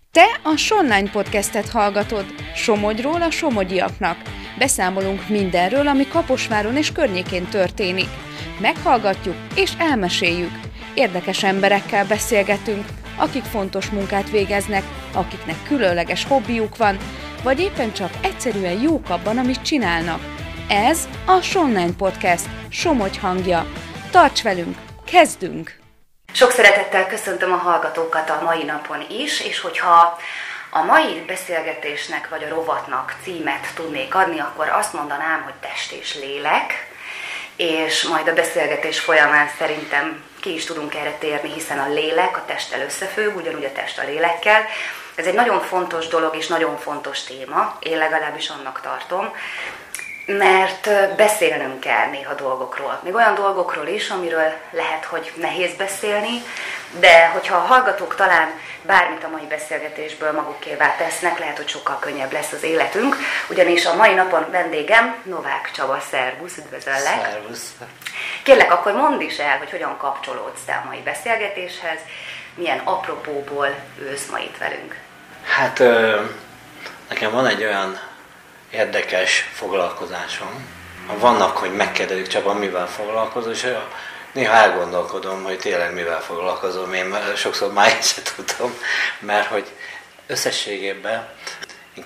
Te a Sonline podcastet hallgatod, Somogyról a somogyiaknak. Beszámolunk mindenről, ami Kaposváron és környékén történik. Meghallgatjuk és elmeséljük. Érdekes emberekkel beszélgetünk, akik fontos munkát végeznek, akiknek különleges hobbiuk van, vagy éppen csak egyszerűen jók abban, amit csinálnak. Ez a Sonline Podcast, Somogy hangja. Tarts velünk, kezdünk! Sok szeretettel köszöntöm a hallgatókat a mai napon is, és hogyha a mai beszélgetésnek vagy a rovatnak címet tudnék adni, akkor azt mondanám, hogy test és lélek, és majd a beszélgetés folyamán szerintem ki is tudunk erre térni, hiszen a lélek a testtel összefügg, ugyanúgy a test a lélekkel. Ez egy nagyon fontos dolog és nagyon fontos téma, én legalábbis annak tartom, mert beszélnünk kell néha dolgokról. Még olyan dolgokról is, amiről lehet, hogy nehéz beszélni, de hogyha a hallgatók talán bármit a mai beszélgetésből magukévá tesznek, lehet, hogy sokkal könnyebb lesz az életünk. Ugyanis a mai napon vendégem Novák Csaba, szervusz, üdvözöllek. Szervusz. Kérlek, akkor mondd is el, hogy hogyan kapcsolódsz te a mai beszélgetéshez, milyen apropóból ülsz ma itt velünk. Hát nekem van egy olyan érdekes foglalkozásom. Vannak, hogy megkérdezik, Csaba, mivel foglalkozol, és néha elgondolkodom, hogy tényleg mivel foglalkozom. Én sokszor már én sem tudom, mert hogy összességében én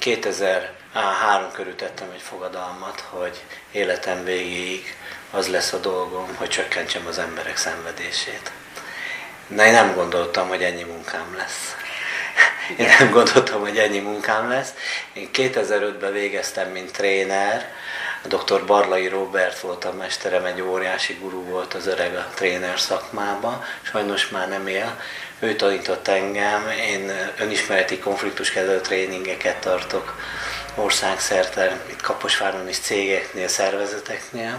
2003 körül tettem egy fogadalmat, hogy életem végéig az lesz a dolgom, hogy csökkentsem az emberek szenvedését. De én nem gondoltam, hogy ennyi munkám lesz. Én nem gondoltam, hogy ennyi munkám lesz. Én 2005-ben végeztem, mint tréner. A dr. Barlai Róbert volt a mesterem, egy óriási gurú volt az öreg a tréner szakmában. Sajnos már nem él. Ő tanított engem. Én önismereti konfliktuskezelő tréningeket tartok országszerte, itt Kaposváron is cégeknél, szervezeteknél.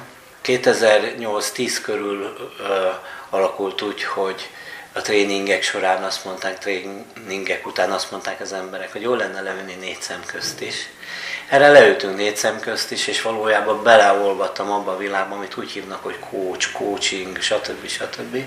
2008-10 körül alakult úgy, hogy a tréningek során azt mondták, tréningek után azt mondták az emberek, hogy jó lenne leülni 4 szem közt is. Erre leültünk 4 szem közt is, és valójában beleolvadtam abba a világba, amit úgy hívnak, hogy coach, coaching, stb.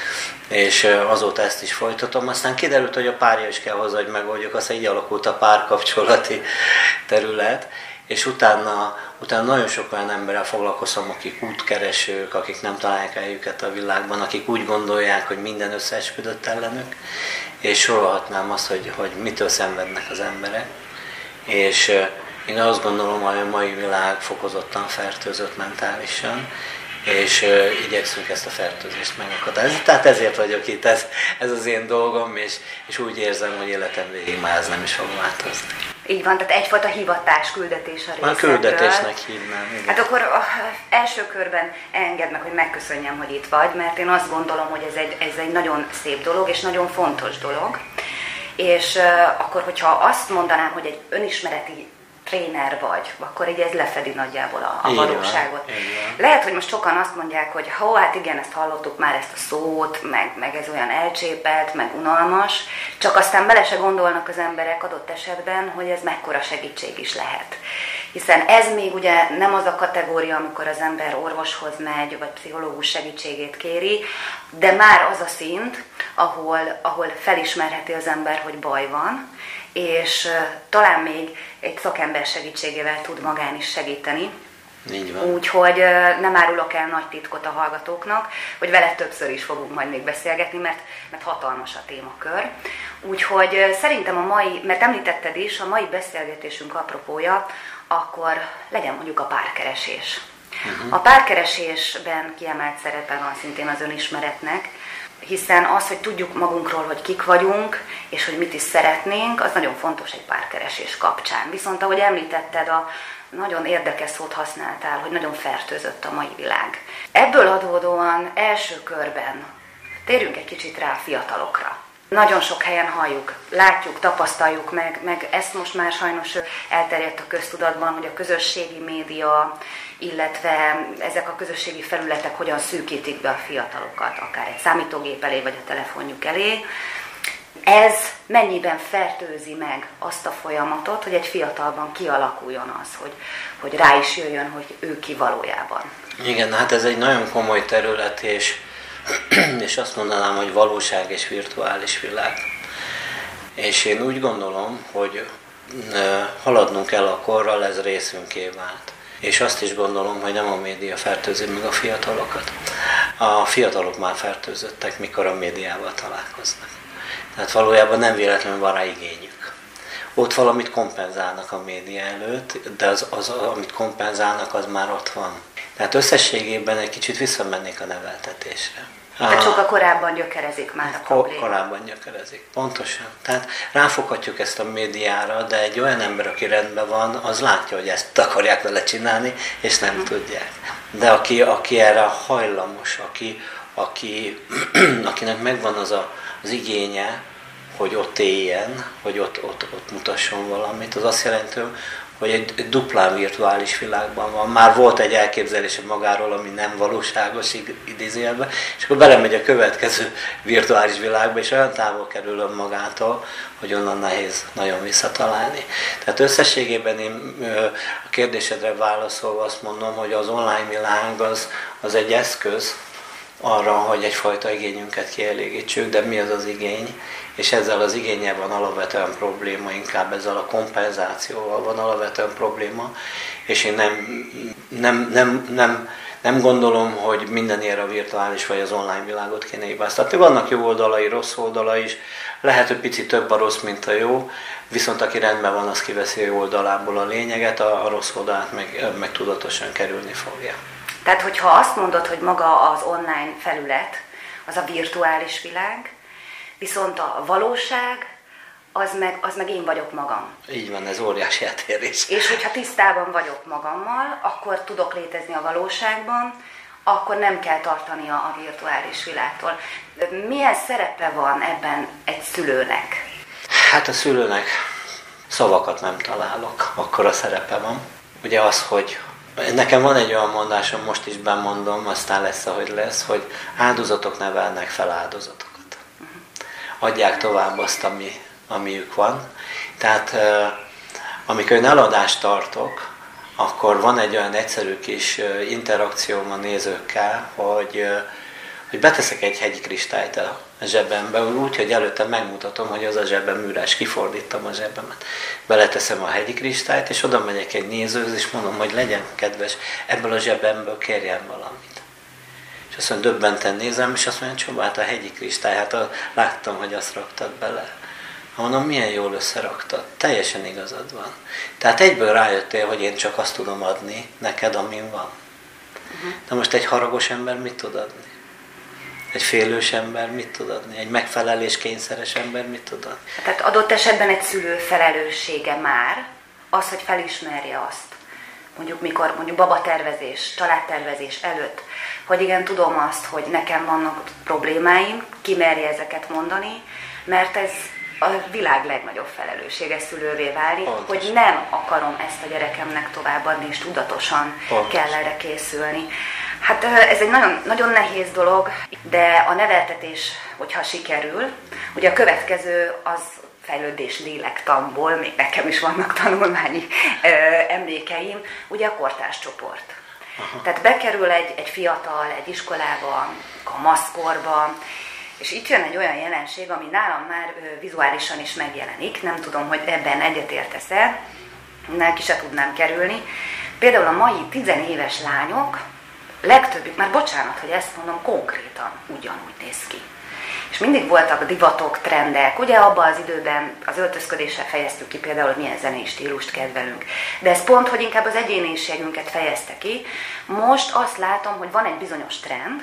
És azóta ezt is folytatom. Aztán kiderült, hogy a párja is kell hozzá, hogy megoldjuk, aztán így alakult a párkapcsolati terület. És utána nagyon sok olyan emberrel foglalkozom, akik útkeresők, akik nem találják helyüket a világban, akik úgy gondolják, hogy minden összeesküdött ellenük, és sorolhatnám azt, hogy mitől szenvednek az emberek. És én azt gondolom, hogy a mai világ fokozottan fertőzött mentálisan, és igyekszünk ezt a fertőzést megakadályozni. Tehát ezért vagyok itt, ez az én dolgom, és úgy érzem, hogy életem végig már ez nem is fog változni. Így van, tehát egyfajta hivatás, küldetés a részedről. A küldetésnek hívnám. Igen. Hát akkor első körben engedd meg, hogy megköszönjem, hogy itt vagy, mert én azt gondolom, hogy ez egy nagyon szép dolog, és nagyon fontos dolog. És akkor, hogyha azt mondanám, hogy egy önismereti tréner vagy, akkor így ez lefedi nagyjából a valóságot. Lehet, hogy most sokan azt mondják, hogy hát igen, ezt hallottuk már, ezt a szót, meg ez olyan elcsépelt, meg unalmas, csak aztán bele se gondolnak az emberek adott esetben, hogy ez mekkora segítség is lehet. Hiszen ez még ugye nem az a kategória, amikor az ember orvoshoz megy, vagy pszichológus segítségét kéri, de már az a szint, ahol felismerheti az ember, hogy baj van, és talán még egy szakember segítségével tud magán is segíteni. Így van. Úgyhogy nem árulok el nagy titkot a hallgatóknak, hogy vele többször is fogunk majd még beszélgetni, mert hatalmas a témakör. Úgyhogy szerintem mert említetted is, a mai beszélgetésünk apropója, akkor legyen mondjuk a párkeresés. A párkeresésben kiemelt szerepe van szintén az önismeretnek, hiszen az, hogy tudjuk magunkról, hogy kik vagyunk, és hogy mit is szeretnénk, az nagyon fontos egy párkeresés kapcsán. Viszont ahogy említetted, nagyon érdekes szót használtál, hogy nagyon fertőzött a mai világ. Ebből adódóan első körben térjünk egy kicsit rá a fiatalokra. Nagyon sok helyen halljuk, látjuk, tapasztaljuk meg ezt most már sajnos elterjedt a köztudatban, hogy a közösségi média, illetve ezek a közösségi felületek hogyan szűkítik be a fiatalokat, akár egy számítógép elé, vagy a telefonjuk elé. Ez mennyiben fertőzi meg azt a folyamatot, hogy egy fiatalban kialakuljon az, hogy rá is jöjjön, hogy ő ki valójában. Igen, hát ez egy nagyon komoly terület, és azt mondanám, hogy valóság és virtuális világ. És én úgy gondolom, hogy haladnunk kell a korral, ez részünké vált. És azt is gondolom, hogy nem a média fertőzi meg a fiatalokat. A fiatalok már fertőzöttek, mikor a médiával találkoznak. Tehát valójában nem véletlenül van rá igényük. Ott valamit kompenzálnak a média előtt, de az, amit kompenzálnak, az már ott van. Tehát összességében egy kicsit visszamennék a neveltetésre. Tehát sokkal korábban gyökerezik már a probléma. Korábban gyökerezik, pontosan. Tehát ráfoghatjuk ezt a médiára, de egy olyan ember, aki rendben van, az látja, hogy ezt akarják vele csinálni, és nem tudják. De aki erre hajlamos, akinek megvan az igénye, hogy ott éljen, hogy ott mutasson valamit, az azt jelenti, hogy egy duplán virtuális világban van. Már volt egy elképzelése magáról, ami nem valóságos idézőjelben, és akkor belemegy a következő virtuális világba, és olyan távol kerül önmagától, hogy onnan nehéz nagyon visszatalálni. Tehát összességében én a kérdésedre válaszolva azt mondom, hogy az online világ az egy eszköz arra, hogy egyfajta igényünket kielégítsük, de mi az az igény? És ezzel az igénnyel van alapvetően probléma, inkább ezzel a kompenzációval van alapvetően probléma, és én nem gondolom, hogy mindenért a virtuális vagy az online világot kéne hibáztatni. Vannak jó oldalai, rossz oldalai is, lehet, hogy picit több a rossz, mint a jó, viszont aki rendben van, az kiveszi a jó oldalából a lényeget, a rossz oldalát meg tudatosan kerülni fogja. Tehát, hogyha azt mondod, hogy maga az online felület, az a virtuális világ, viszont a valóság, az meg én vagyok magam. Így van, ez óriási eltérés. És hogyha tisztában vagyok magammal, akkor tudok létezni a valóságban, akkor nem kell tartania a virtuális világtól. Milyen szerepe van ebben egy szülőnek? Hát a szülőnek szavakat nem találok, akkor a szerepe van. Ugye az, hogy nekem van egy olyan mondásom, most is bemondom, aztán lesz, ahogy lesz, hogy áldozatok nevelnek fel áldozatokat. Adják tovább azt, amiük van. Tehát amikor én eladást tartok, akkor van egy olyan egyszerű kis interakcióm a nézőkkel, hogy beteszek egy hegyi kristályt a zsebembe, úgy, hogy előtte megmutatom, hogy az a zsebem üres, kifordítom a zsebemet. Beleteszem a hegyi kristályt, és oda megyek egy nézőhöz, és mondom, hogy legyen kedves, ebből a zsebemből kérjen valamit. És azt mondja, döbbenten nézem, és azt mondja, Csabát, a hegyi kristály, hát láttam, hogy azt raktad bele. Mondom, milyen jól összeraktad, teljesen igazad van. Tehát egyből rájöttél, hogy én csak azt tudom adni neked, amin van. De most egy haragos ember mit tud adni? Egy félős ember mit tud adni? Egy megfeleléskényszeres ember mit tud adni? Tehát adott esetben egy szülő felelőssége már az, hogy felismerje azt, mondjuk babatervezés, családtervezés előtt, hogy igen, tudom azt, hogy nekem vannak problémáim, kimerje ezeket mondani, mert ez a világ legnagyobb felelőssége szülővé válni, hogy nem akarom ezt a gyerekemnek továbbadni, és tudatosan kell erre készülni. Hát ez egy nagyon, nagyon nehéz dolog, de a neveltetés, hogyha sikerül, ugye a következő az fejlődés lélektanból, még nekem is vannak tanulmányi emlékeim, ugye a kortárscsoport. Tehát bekerül egy fiatal, egy iskolába, kamaszkorba, és itt jön egy olyan jelenség, ami nálam már vizuálisan is megjelenik, nem tudom, hogy ebben egyetértesz-e, ki se tudnám kerülni. Például a mai 10 éves lányok, legtöbbük, már bocsánat, hogy ezt mondom, konkrétan ugyanúgy néz ki. És mindig voltak divatok, trendek, ugye abban az időben az öltözködéssel fejeztük ki például, hogy milyen zenei stílust kedvelünk. De ez pont, hogy inkább az egyéniségünket fejezte ki. Most azt látom, hogy van egy bizonyos trend,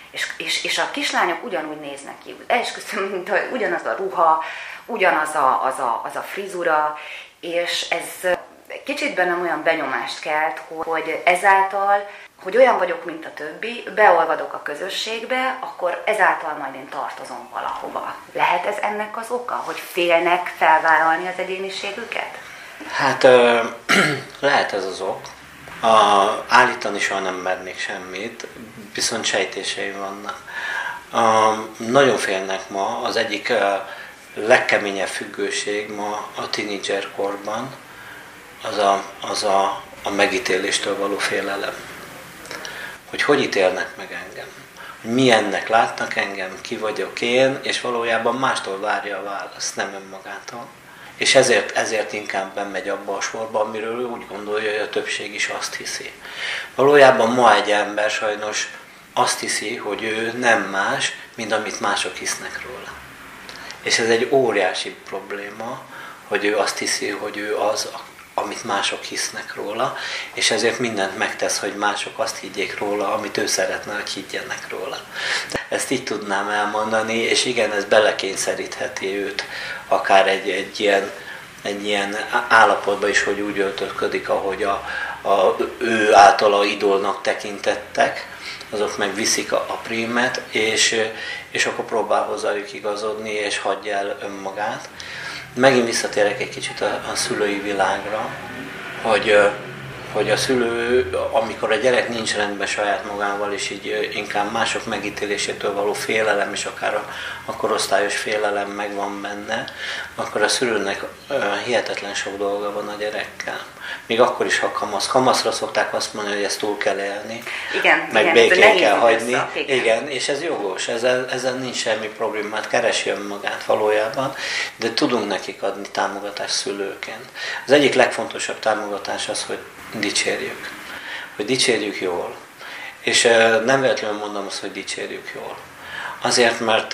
és a kislányok ugyanúgy néznek ki. Esküszöm, mint ugyanaz a ruha, ugyanaz a frizura, és ez kicsit bennem olyan benyomást kelt, hogy ezáltal, hogy olyan vagyok, mint a többi, beolvadok a közösségbe, akkor ezáltal majd én tartozom valahova. Lehet ez ennek az oka, hogy félnek felvállalni az egyéniségüket? Hát lehet ez az ok. Állítani soha nem mernék semmit, viszont sejtéseim vannak. Nagyon félnek ma, az egyik legkeményebb függőség ma a tínédzser korban, az a megítéléstől való félelem. Hogy ítélnek meg engem. hogy milyennek látnak engem, ki vagyok én, és valójában mástól várja a választ, nem önmagától. És ezért inkább bemegy abba a sorba, amiről ő úgy gondolja, hogy a többség is azt hiszi. Valójában ma egy ember sajnos azt hiszi, hogy ő nem más, mint amit mások hisznek róla. És ez egy óriási probléma, hogy ő azt hiszi, hogy ő az, amit mások hisznek róla, és ezért mindent megtesz, hogy mások azt higgyék róla, amit ő szeretne, hogy higgyenek róla. Ezt így tudnám elmondani, és igen, ez belekényszerítheti őt akár egy ilyen állapotba is, hogy úgy öltözködik, ahogy ő általa idolnak tekintettek, azok meg viszik a prímet, és akkor próbál hozzájuk igazodni, és hagyja el önmagát. Megint visszatérek egy kicsit a szülői világra, hogy a szülő, amikor a gyerek nincs rendben saját magával, és így inkább mások megítélésétől való félelem, és akár a korosztályos félelem megvan benne, akkor a szülőnek hihetetlen sok dolga van a gyerekkel. Még akkor is, ha kamaszra szokták azt mondani, hogy ezt túl kell élni, meg békén kell hagyni. Igen, és ez jogos, ezzel nincs semmi problémát, keresi önmagát valójában, de tudunk nekik adni támogatást szülőként. Az egyik legfontosabb támogatás az, hogy dicsérjük jól. És nem véletlenül mondom azt, hogy dicsérjük jól. Azért, mert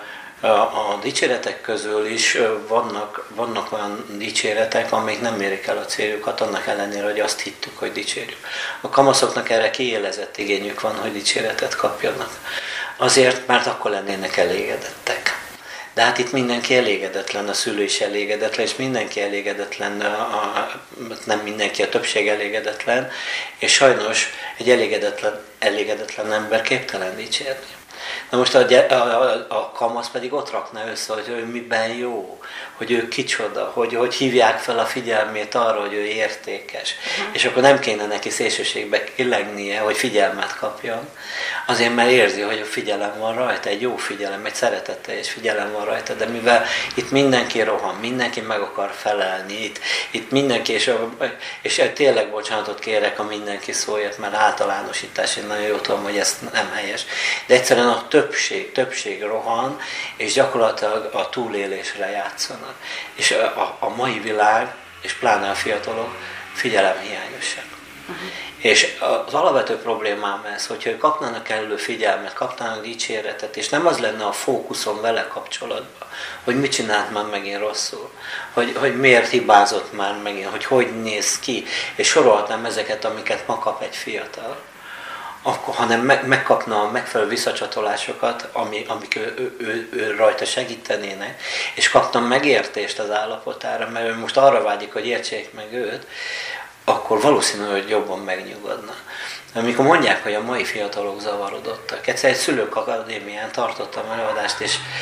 a dicséretek közül is vannak olyan dicséretek, amik nem érik el a céljukat, annak ellenére, hogy azt hittük, hogy dicsérjük. A kamaszoknak erre kiélezett igényük van, hogy dicséretet kapjanak. Azért, mert akkor lennének elégedettek. De hát itt mindenki elégedetlen, a szülő is elégedetlen, és mindenki elégedetlen, nem mindenki, a többség elégedetlen, és sajnos egy elégedetlen ember képtelen dicsérni. Na most a kamasz pedig ott rakná össze, hogy ő miben jó, hogy ő kicsoda, hogy hívják fel a figyelmét arra, hogy ő értékes. És akkor nem kéne neki szélsőségbe kilengnie, hogy figyelmet kapjon, azért mert érzi, hogy a figyelem van rajta, egy jó figyelem, egy szeretetteljes figyelem van rajta, de mivel itt mindenki rohan, mindenki meg akar felelni, itt mindenki, és tényleg bocsánatot kérek, a mindenki szóért, mert általánosítás, én nagyon jól tudom, hogy ez nem helyes, de egyszerűen a többség rohan, és gyakorlatilag a túlélésre játszanak. És a mai világ, és pláne a fiatalok figyelemhiányosak. És az alapvető problémám ez, hogyha ők kapnának kellő figyelmet, kapnának dicséretet, és nem az lenne a fókuszom vele kapcsolatban, hogy mit csinált már megint rosszul, hogy miért hibázott már megint, hogy néz ki, és sorolhatnám ezeket, amiket ma kap egy fiatal, akkor, hanem megkapna a megfelelő visszacsatolásokat, amik ő rajta segítenének, és kaptam megértést az állapotára, mert ő most arra vágyik, hogy értsék meg őt, akkor valószínű, hogy jobban megnyugodna. Amikor mondják, hogy a mai fiatalok zavarodottak, egyszer egy szülők akadémián tartottam előadást,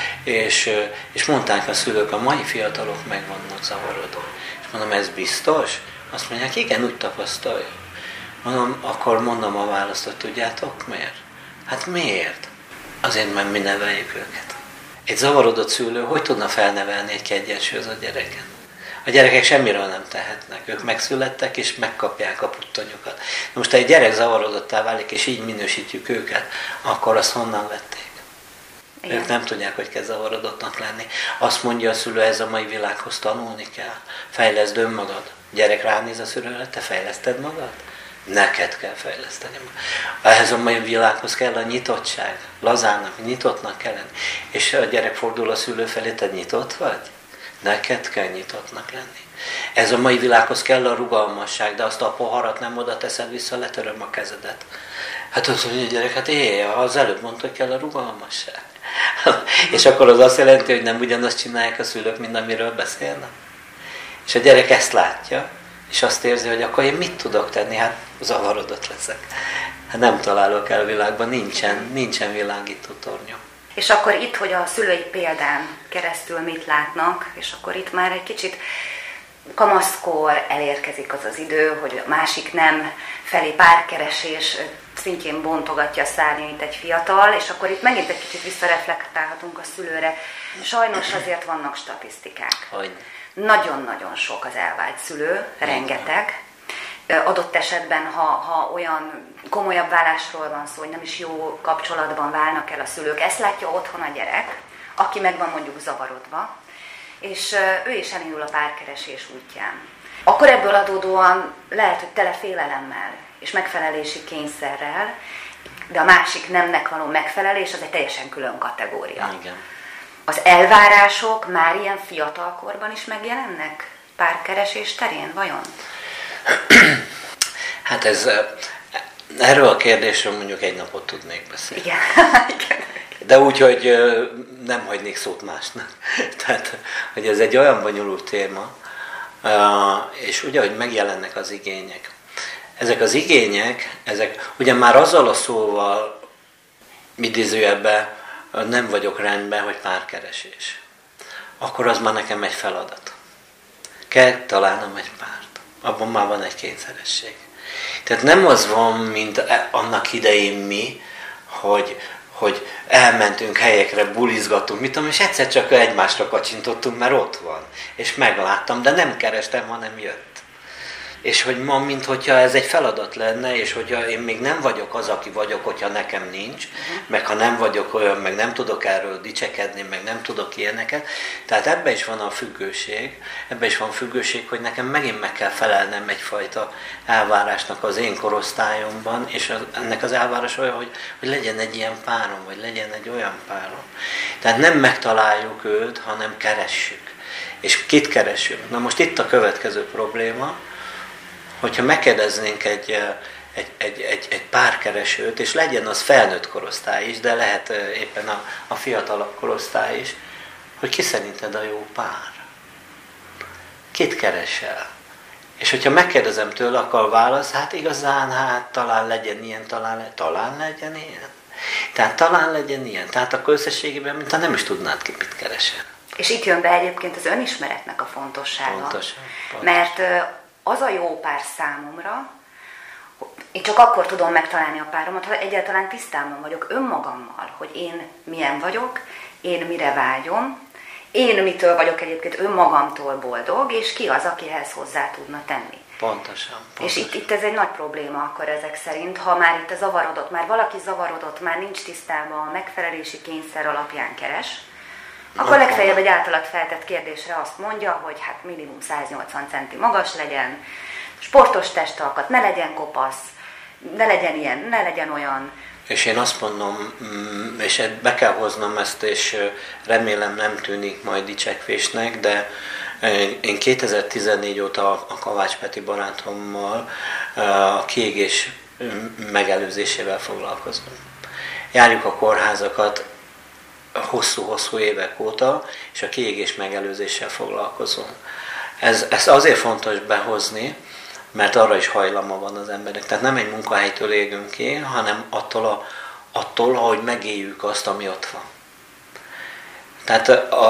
és mondták a szülők, a mai fiatalok meg vannak zavarodva. És mondom, ez biztos? Azt mondják, igen, úgy tapasztaljuk. Akkor mondom a választ, hogy tudjátok miért? Hát miért? Azért, mert mi neveljük őket. Egy zavarodott szülő hogy tudna felnevelni egy kiegyensúlyozott gyereket? A gyerekek semmiről nem tehetnek. Ők megszülettek és megkapják a puttonyokat. Most ha egy gyerek zavarodottá válik, és így minősítjük őket, akkor azt honnan vették? Igen. Ők nem tudják, hogy kell zavarodottnak lenni. Azt mondja a szülő, ez a mai világhoz tanulni kell. Fejleszd önmagad. Gyerek ránéz a szülőre, te fejleszted magad? Neked kell fejleszteni. Ehhez a mai világhoz kell a nyitottság. Lazának, nyitottnak kell lenni. És a gyerek fordul a szülő felé, te nyitott vagy? Neked kell nyitottnak lenni. Ez a mai világhoz kell a rugalmasság, de azt a poharat nem oda teszed vissza, letöröm a kezedet. Hát azt mondja a gyerek, hát az előbb mondta, hogy kell a rugalmasság. És akkor az azt jelenti, hogy nem ugyanazt csinálják a szülők, mint amiről beszélnek. És a gyerek ezt látja, és azt érzi, hogy akkor én mit tudok tenni? Hát zavarodott leszek. Hát nem találok el a világban, nincsen világító tornyom. És akkor itt, hogy a szülői példán keresztül mit látnak, és akkor itt már egy kicsit kamaszkor elérkezik az az idő, hogy a másik nem felé párkeresés szintjén bontogatja a szárnyait egy fiatal, és akkor itt megint egy kicsit visszareflektálhatunk a szülőre. Sajnos azért vannak statisztikák. Hogy? Nagyon-nagyon sok az elvált szülő, rengeteg, Adott esetben, ha olyan komolyabb válásról van szó, hogy nem is jó kapcsolatban válnak el a szülők, ezt látja otthon a gyerek, aki meg van mondjuk zavarodva, és ő is elindul a párkeresés útján. Akkor ebből adódóan lehet, hogy tele félelemmel és megfelelési kényszerrel, de a másik nemnek való megfelelés az egy teljesen külön kategória. Igen. Az elvárások már ilyen fiatalkorban is megjelennek párkeresés terén, vajon? Hát erről a kérdésről mondjuk egy napot tudnék beszélni. Igen. De úgy, hogy nem hagynék szót másnak. Tehát, hogy ez egy olyan bonyolult téma, és ugye, hogy megjelennek az igények. Ezek az igények, ugye már azzal a szóval, idézőjelben, nem vagyok rendben, hogy párkeresés. Akkor az már nekem egy feladat. Kell találnom egy párt. Abban már van egy kényszeresség. Tehát nem az van, mint annak idején mi, hogy elmentünk helyekre, bulizgattunk, mit tudom, és egyszer csak egymásra kacsintottunk, mert ott van. És megláttam, de nem kerestem, hanem jött. És hogy ma, minthogyha ez egy feladat lenne, és hogyha én még nem vagyok az, aki vagyok, hogyha nekem nincs, meg ha nem vagyok olyan, meg nem tudok erről dicsekedni, meg nem tudok ilyeneket. Tehát ebben is van a függőség, hogy nekem megint meg kell felelnem egyfajta elvárásnak az én korosztályomban, és ennek az elvárás olyan, hogy legyen egy ilyen párom, vagy legyen egy olyan párom. Tehát nem megtaláljuk őt, hanem keressük. És kit keressünk? Na most itt a következő probléma, hogyha megkérdeznénk egy párkeresőt, és legyen az felnőtt korosztály is, de lehet éppen a fiatalabb korosztály is, hogy ki szerinted a jó pár? Kit keresel? És hogyha megkérdezem tőle, akkor a válasz, hát igazán, talán legyen ilyen, talán legyen ilyen. Tehát talán legyen ilyen. Tehát akkor összességében, mintha nem is tudnád ki, mit keresel. És itt jön be egyébként az önismeretnek a fontossága. Pontosan. Mert az a jó pár számomra, én csak akkor tudom megtalálni a páromat, ha egyáltalán tisztában vagyok önmagammal, hogy én milyen vagyok, én mire vágyom, én mitől vagyok egyébként önmagamtól boldog, és ki az, akihez hozzá tudna tenni. Pontosan. És itt ez egy nagy probléma akkor ezek szerint, ha már itt zavarodott, már valaki zavarodott, már nincs tisztában a megfelelési kényszer alapján keres, akkor legfeljebb egy általad feltett kérdésre azt mondja, hogy hát minimum 180 centi magas legyen, sportos testalkat, ne legyen kopasz, ne legyen ilyen, ne legyen olyan. És én azt mondom, és be kell hoznom ezt, és remélem nem tűnik majd dicsekvésnek, de én 2014 óta a Kovács Peti barátommal a kiégés megelőzésével foglalkozom. Járjuk a kórházakat hosszú-hosszú évek óta, és a kiégés megelőzéssel foglalkozom. Ez azért fontos behozni, mert arra is hajlama van az embernek. Tehát nem egy munkahelytől égünk ki, hanem attól, hogy megéljük azt, ami ott van. Tehát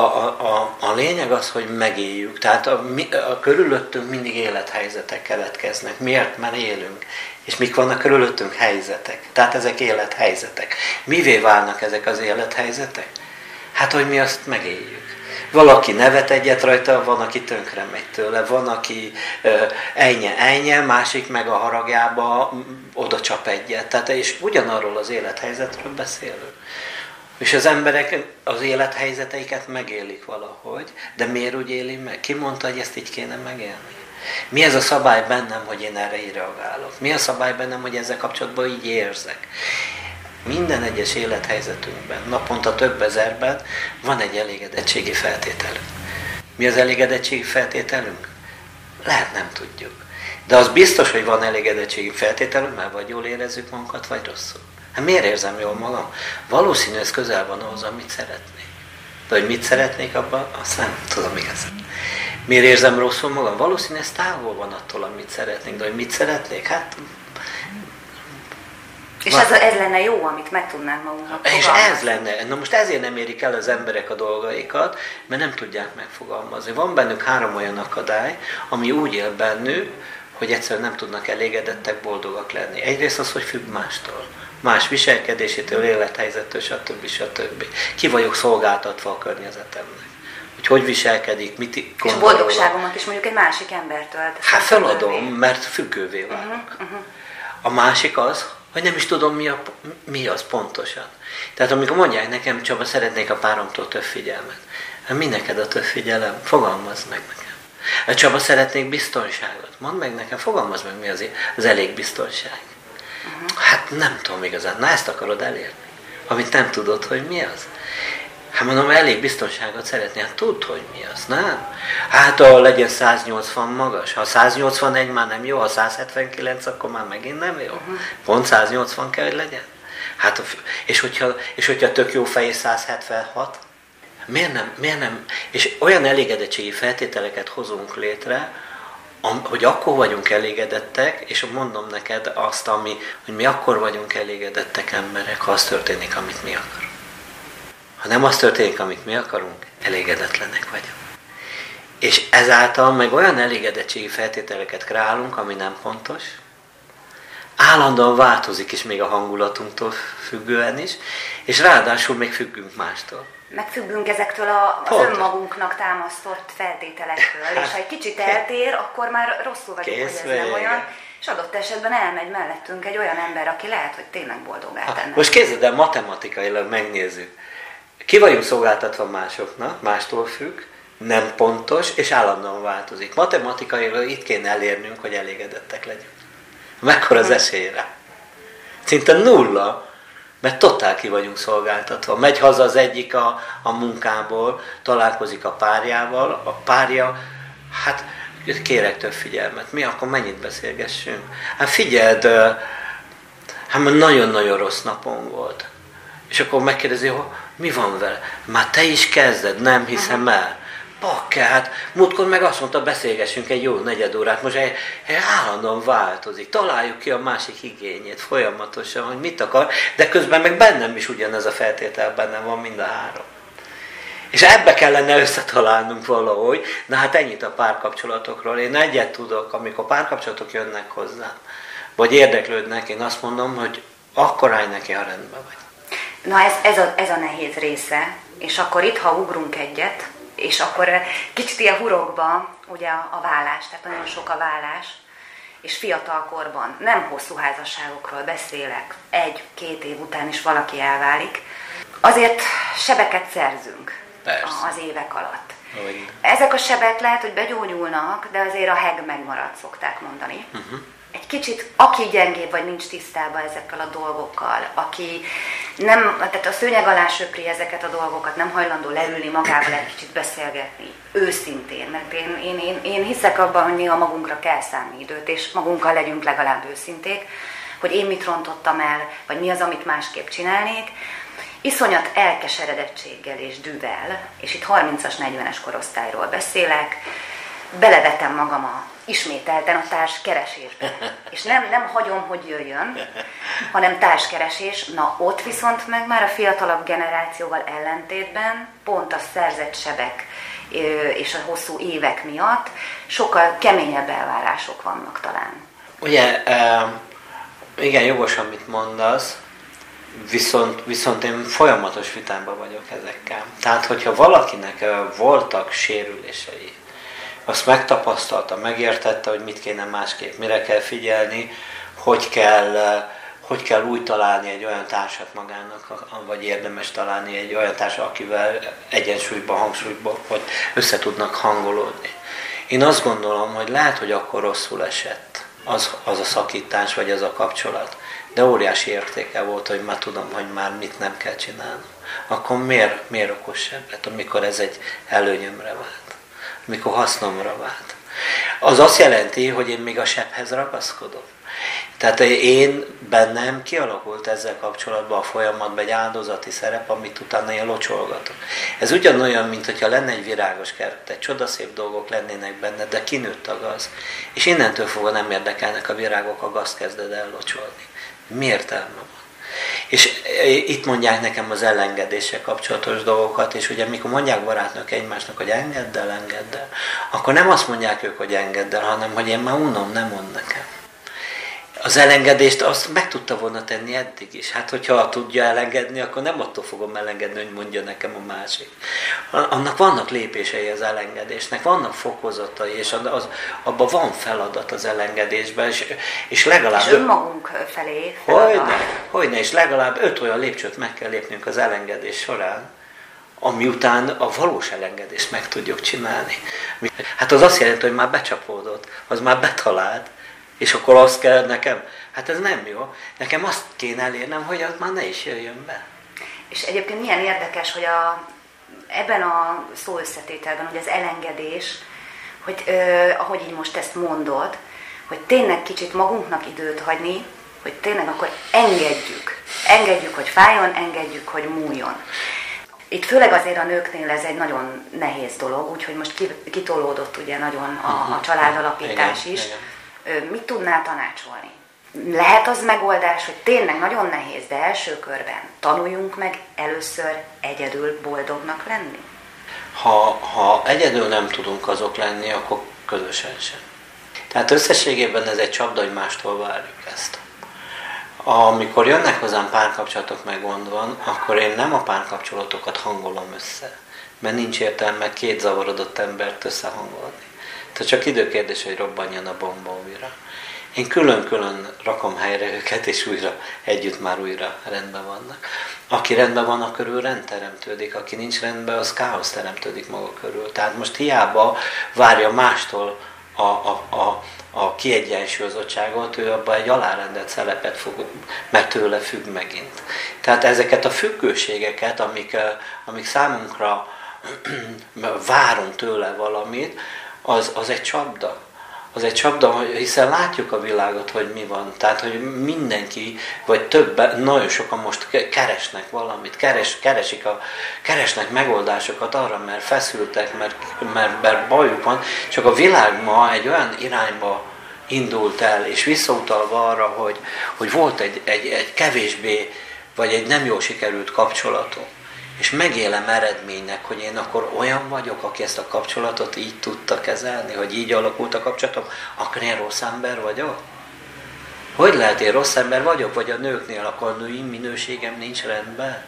a lényeg az, hogy megéljük. Tehát a körülöttünk mindig élethelyzetek keletkeznek. Miért? Mert élünk. És mik vannak körülöttünk? Helyzetek. Tehát ezek élethelyzetek. Mivé válnak ezek az élethelyzetek? Hát, hogy mi azt megéljük. Valaki nevet egyet rajta, van, aki tönkre megy tőle, van, aki ejnye, másik meg a haragjába oda csap egyet. Tehát, és ugyanarról az élethelyzetről beszélünk. És az emberek az élethelyzeteiket megélik valahogy, de miért úgy éli meg? Ki mondta, hogy ezt így kéne megélni? Mi ez a szabály bennem, hogy én erre így reagálok? Mi a szabály bennem, hogy ezzel kapcsolatban így érzek? Minden egyes élethelyzetünkben, naponta több ezerben van egy elégedettségi feltételünk. Mi az elégedettségi feltételünk? Lehet nem tudjuk. De az biztos, hogy van elégedettségi feltételünk, mert vagy jól érezzük magunkat, vagy rosszul. Hát miért érzem jól magam? Valószínű ez közel van ahhoz, amit szeretnék. De hogy mit szeretnék abban, azt nem tudom igazán. Miért érzem rosszul magam? Valószínű ez távol van attól, amit szeretnék. De hogy mit szeretnék? Hát... És ez lenne jó, amit meg tudnánk magunknak fogalmazni. És ez lenne. Na most ezért nem érik el az emberek a dolgaikat, mert nem tudják megfogalmazni. Van bennük 3 olyan akadály, ami úgy él bennük, hogy egyszerűen nem tudnak elégedettek, boldogak lenni. Egyrészt az, hogy függ mástól. Más viselkedésétől, élethelyzettől, stb. Ki vagyok szolgáltatva a környezetemnek. hogy viselkedik, mit gondol. És boldogságomat is mondjuk egy másik embertől. Hát feladom, mert függővé válok. A másik az, hogy nem is tudom, mi az pontosan. Tehát amikor mondják nekem, Csaba, szeretnék a páromtól több figyelmet. Hát mi neked a több figyelem? Fogalmazd meg nekem. Csaba, szeretnék biztonságot. Mondd meg nekem, fogalmazd meg, mi az elég biztonság. Hát nem tudom igazán. Na, ezt akarod elérni, amit nem tudod, hogy mi az. Hát mondom, elég biztonságot szeretné. Hát tudd, hogy mi az, nem? Hát legyen 180 magas. Ha 181 már nem jó, ha 179, akkor már megint nem jó. Pont 180 kell, hogy legyen. Hát, és hogyha tök jó fej 176, miért nem? És olyan elégedettségi feltételeket hozunk létre, hogy akkor vagyunk elégedettek, és mondom neked azt, hogy mi akkor vagyunk elégedettek emberek, ha az történik, amit mi akarunk. Ha nem az történik, amit mi akarunk, elégedetlenek vagyunk. És ezáltal meg olyan elégedettségi feltételeket kreálunk, ami nem pontos, állandóan változik is még a hangulatunktól függően is, és ráadásul még függünk mástól. Megfüggünk ezektől az önmagunknak támasztott feltételektől, és ha egy kicsit eltér, akkor már rosszul vagyunk, hogy ez nem olyan, és adott esetben elmegy mellettünk egy olyan ember, aki lehet, hogy tényleg boldoggá tenne. Most képzeld el, matematikailag megnézzük. Ki vagyunk szolgáltatva másoknak, mástól függ, nem pontos, és állandóan változik. Matematikailag itt kéne elérnünk, hogy elégedettek legyünk. Mekkora az esélyre? Szinte nulla, mert totál ki vagyunk szolgáltatva. Megy haza az egyik a munkából, találkozik a párjával, a párja, hát kérek több figyelmet. Mi akkor mennyit beszélgessünk? Hát figyeld, hát nagyon-nagyon rossz napom volt. És akkor megkérdezi, hogy mi van vele? Már te is kezded, nem hiszem el. Pakke, hát múltkor meg azt mondta, beszélgessünk egy jó 4 órát, most állandóan változik. Találjuk ki a másik igényét folyamatosan, hogy mit akar, de közben meg bennem is ugyanez a feltétel bennem van, mind a három. És ebbe kellene összetalálnunk valahogy. Na hát ennyit a párkapcsolatokról. Én egyet tudok, amikor párkapcsolatok jönnek hozzám, vagy érdeklődnek, én azt mondom, hogy akkor állj neki, ha rendben vagy. Na ez a nehéz része, és akkor itt, ha ugrunk egyet, és akkor kicsit ilyen hurokba ugye a vállás, tehát nagyon sok a vállás, és fiatalkorban nem hosszú házasságokról beszélek, 1-2 év után is valaki elválik, azért sebeket szerzünk. Persze. Az évek alatt. Olyan. Ezek a sebek lehet, hogy begyógyulnak, de azért a heg megmarad, szokták mondani. Egy kicsit, aki gyengébb vagy nincs tisztában ezekkel a dolgokkal, aki nem, tehát a szőnyeg alá söpri ezeket a dolgokat, nem hajlandó leülni magával egy kicsit beszélgetni, őszintén, mert én hiszek abban, hogy néha magunkra kell szánni időt, és magunkkal legyünk legalább őszinték, hogy én mit rontottam el, vagy mi az, amit másképp csinálnék. Iszonyat elkeseredettséggel és dühvel, és itt 30-as, 40-es korosztályról beszélek, belevetem magam ismételten a társkeresésbe. És nem hagyom, hogy jöjjön, hanem társkeresés. Na ott viszont meg már a fiatalabb generációval ellentétben pont a szerzett sebek és a hosszú évek miatt sokkal keményebb elvárások vannak talán. Ugye, igen, jogos, amit mondasz, viszont én folyamatos vitában vagyok ezekkel. Tehát, hogyha valakinek voltak sérülései, azt megtapasztalta, megértette, hogy mit kéne másképp, mire kell figyelni, hogy kell úgy találni egy olyan társat magának, vagy érdemes találni egy olyan társat, akivel egyensúlyban, hangsúlyban, hogy össze tudnak hangolódni. Én azt gondolom, hogy lehet, hogy akkor rosszul esett az a szakítás, vagy az a kapcsolat, de óriási értéke volt, hogy már tudom, hogy már mit nem kell csinálnom. Akkor miért okos sebbet, amikor ez egy előnyömre vált? Mikor hasznomra vált. Az azt jelenti, hogy én még a sebhez ragaszkodom. Tehát én bennem kialakult ezzel kapcsolatban a folyamatban egy áldozati szerep, amit utána én locsolgatok. Ez ugyanolyan, mint hogyha lenne egy virágos kert, egy csodaszép dolgok lennének benne, de kinőtt a gaz. És innentől fogva nem érdekelnek a virágok, a gazt kezded el locsolni. Mi értelme van? És itt mondják nekem az elengedéssel kapcsolatos dolgokat, és ugye mikor mondják barátnők egymásnak, hogy engedd el, akkor nem azt mondják ők, hogy engedd el, hanem hogy én már unom, nem mond nekem. Az elengedést azt meg tudta volna tenni eddig is. Hát, hogyha tudja elengedni, akkor nem attól fogom elengedni, hogy mondja nekem a másik. annak vannak lépései az elengedésnek, vannak fokozatai, és abban van feladat az elengedésben, és legalább... És önmagunk felé feladat. Hogyne, és legalább 5 olyan lépcsőt meg kell lépnünk az elengedés során, ami után a valós elengedést meg tudjuk csinálni. Hát az azt jelenti, hogy már becsapódott, az már betalált, és akkor azt kell nekem, hát ez nem jó, nekem azt kéne elérnem, hogy az már ne is jöjjön be. És egyébként milyen érdekes, hogy ebben a szó összetételben, hogy az elengedés, hogy ahogy így most ezt mondod, hogy tényleg kicsit magunknak időt hagyni, hogy tényleg akkor engedjük, hogy fájjon, engedjük, hogy múljon. Itt főleg azért a nőknél ez egy nagyon nehéz dolog, úgyhogy most kitolódott ugye nagyon a családalapítás is. Igen. Mit tudnál tanácsolni? Lehet az megoldás, hogy tényleg nagyon nehéz, de első körben tanuljunk meg először egyedül boldognak lenni? Ha egyedül nem tudunk azok lenni, akkor közösen sem. Tehát összességében ez egy csapda, hogy mástól várjuk ezt. Amikor jönnek hozzám párkapcsolatok megmondva, akkor én nem a párkapcsolatokat hangolom össze, mert nincs értelme 2 zavarodott embert összehangolni. Tehát csak időkérdés, hogy robbanjon a bomba újra. Én külön-külön rakom helyre őket, és együtt már újra rendben vannak. Aki rendben van, a körül rend teremtődik, aki nincs rendben, az káosz teremtődik maga körül. Tehát most hiába várja mástól a kiegyensúlyozottságot, ő abban egy alárendelt szelepet fog, mert tőle függ megint. Tehát ezeket a függőségeket, amik számunkra várunk tőle valamit, az egy csapda. Az egy csapda, hiszen látjuk a világot, hogy mi van. Tehát, hogy mindenki, vagy többen, nagyon sokan most keresnek valamit, keresnek megoldásokat arra, mert feszültek, mert bajuk van. Csak a világ ma egy olyan irányba indult el, és visszautalva arra, hogy volt egy kevésbé, vagy egy nem jól sikerült kapcsolatom. És megélem eredménynek, hogy én akkor olyan vagyok, aki ezt a kapcsolatot így tudta kezelni, hogy így alakult a kapcsolatom, akkor én rossz ember vagyok? Hogy lehet én rossz ember vagyok, vagy a nőknél akkor a női minőségem nincs rendben?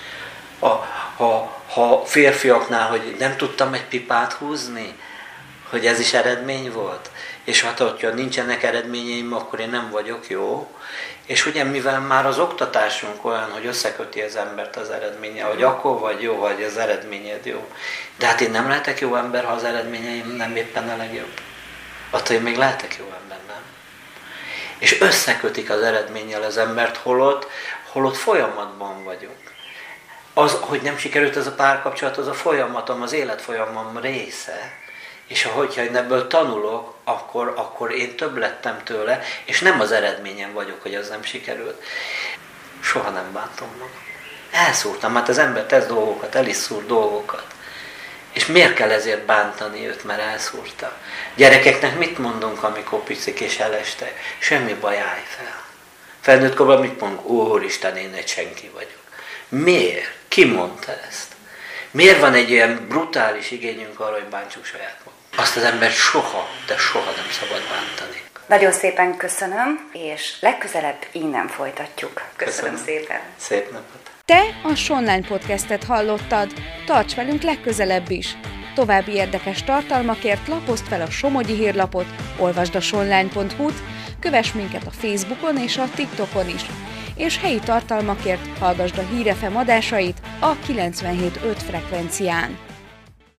Ha férfiaknál, hogy nem tudtam egy pipát húzni, hogy ez is eredmény volt, és hogyha nincsenek eredményeim, akkor én nem vagyok jó. És ugye mivel már az oktatásunk olyan, hogy összeköti az embert az eredménye, hogy akkor vagy jó, vagy az eredményed jó. De hát én nem lehetek jó ember, ha az eredményeim nem éppen a legjobb. Attól én még lehetek jó ember, nem? És összekötik az eredménnyel az embert, holott folyamatban vagyunk. Az, hogy nem sikerült ez a párkapcsolat, az a folyamatom, az életfolyamom része. És hogyha én ebből tanulok, akkor én több lettem tőle, és nem az eredményem vagyok, hogy az nem sikerült. Soha nem bántom magam. Elszúrtam, hát az ember tesz dolgokat, el is szúr dolgokat. És miért kell ezért bántani őt, mert elszúrta? Gyerekeknek mit mondunk, amikor picik és elestek? Semmi baj, állj fel. Felnőttkorban mit mondunk? Úristen, én egy senki vagyok. Miért? Ki mondta ezt? Miért van egy ilyen brutális igényünk arra, hogy bántsuk saját magunkat? Azt az ember soha, de soha nem szabad bántani. Nagyon szépen köszönöm, és legközelebb innen folytatjuk. Köszönöm szépen. Szép napot. Te a Sonline Podcastet hallottad. Tarts velünk legközelebb is. További érdekes tartalmakért lapozd fel a Somogyi hírlapot, olvasd a sonline.hu-t, kövess minket a Facebookon és a TikTokon is. És helyi tartalmakért hallgasd a Hír FM adásait a 97.5 frekvencián.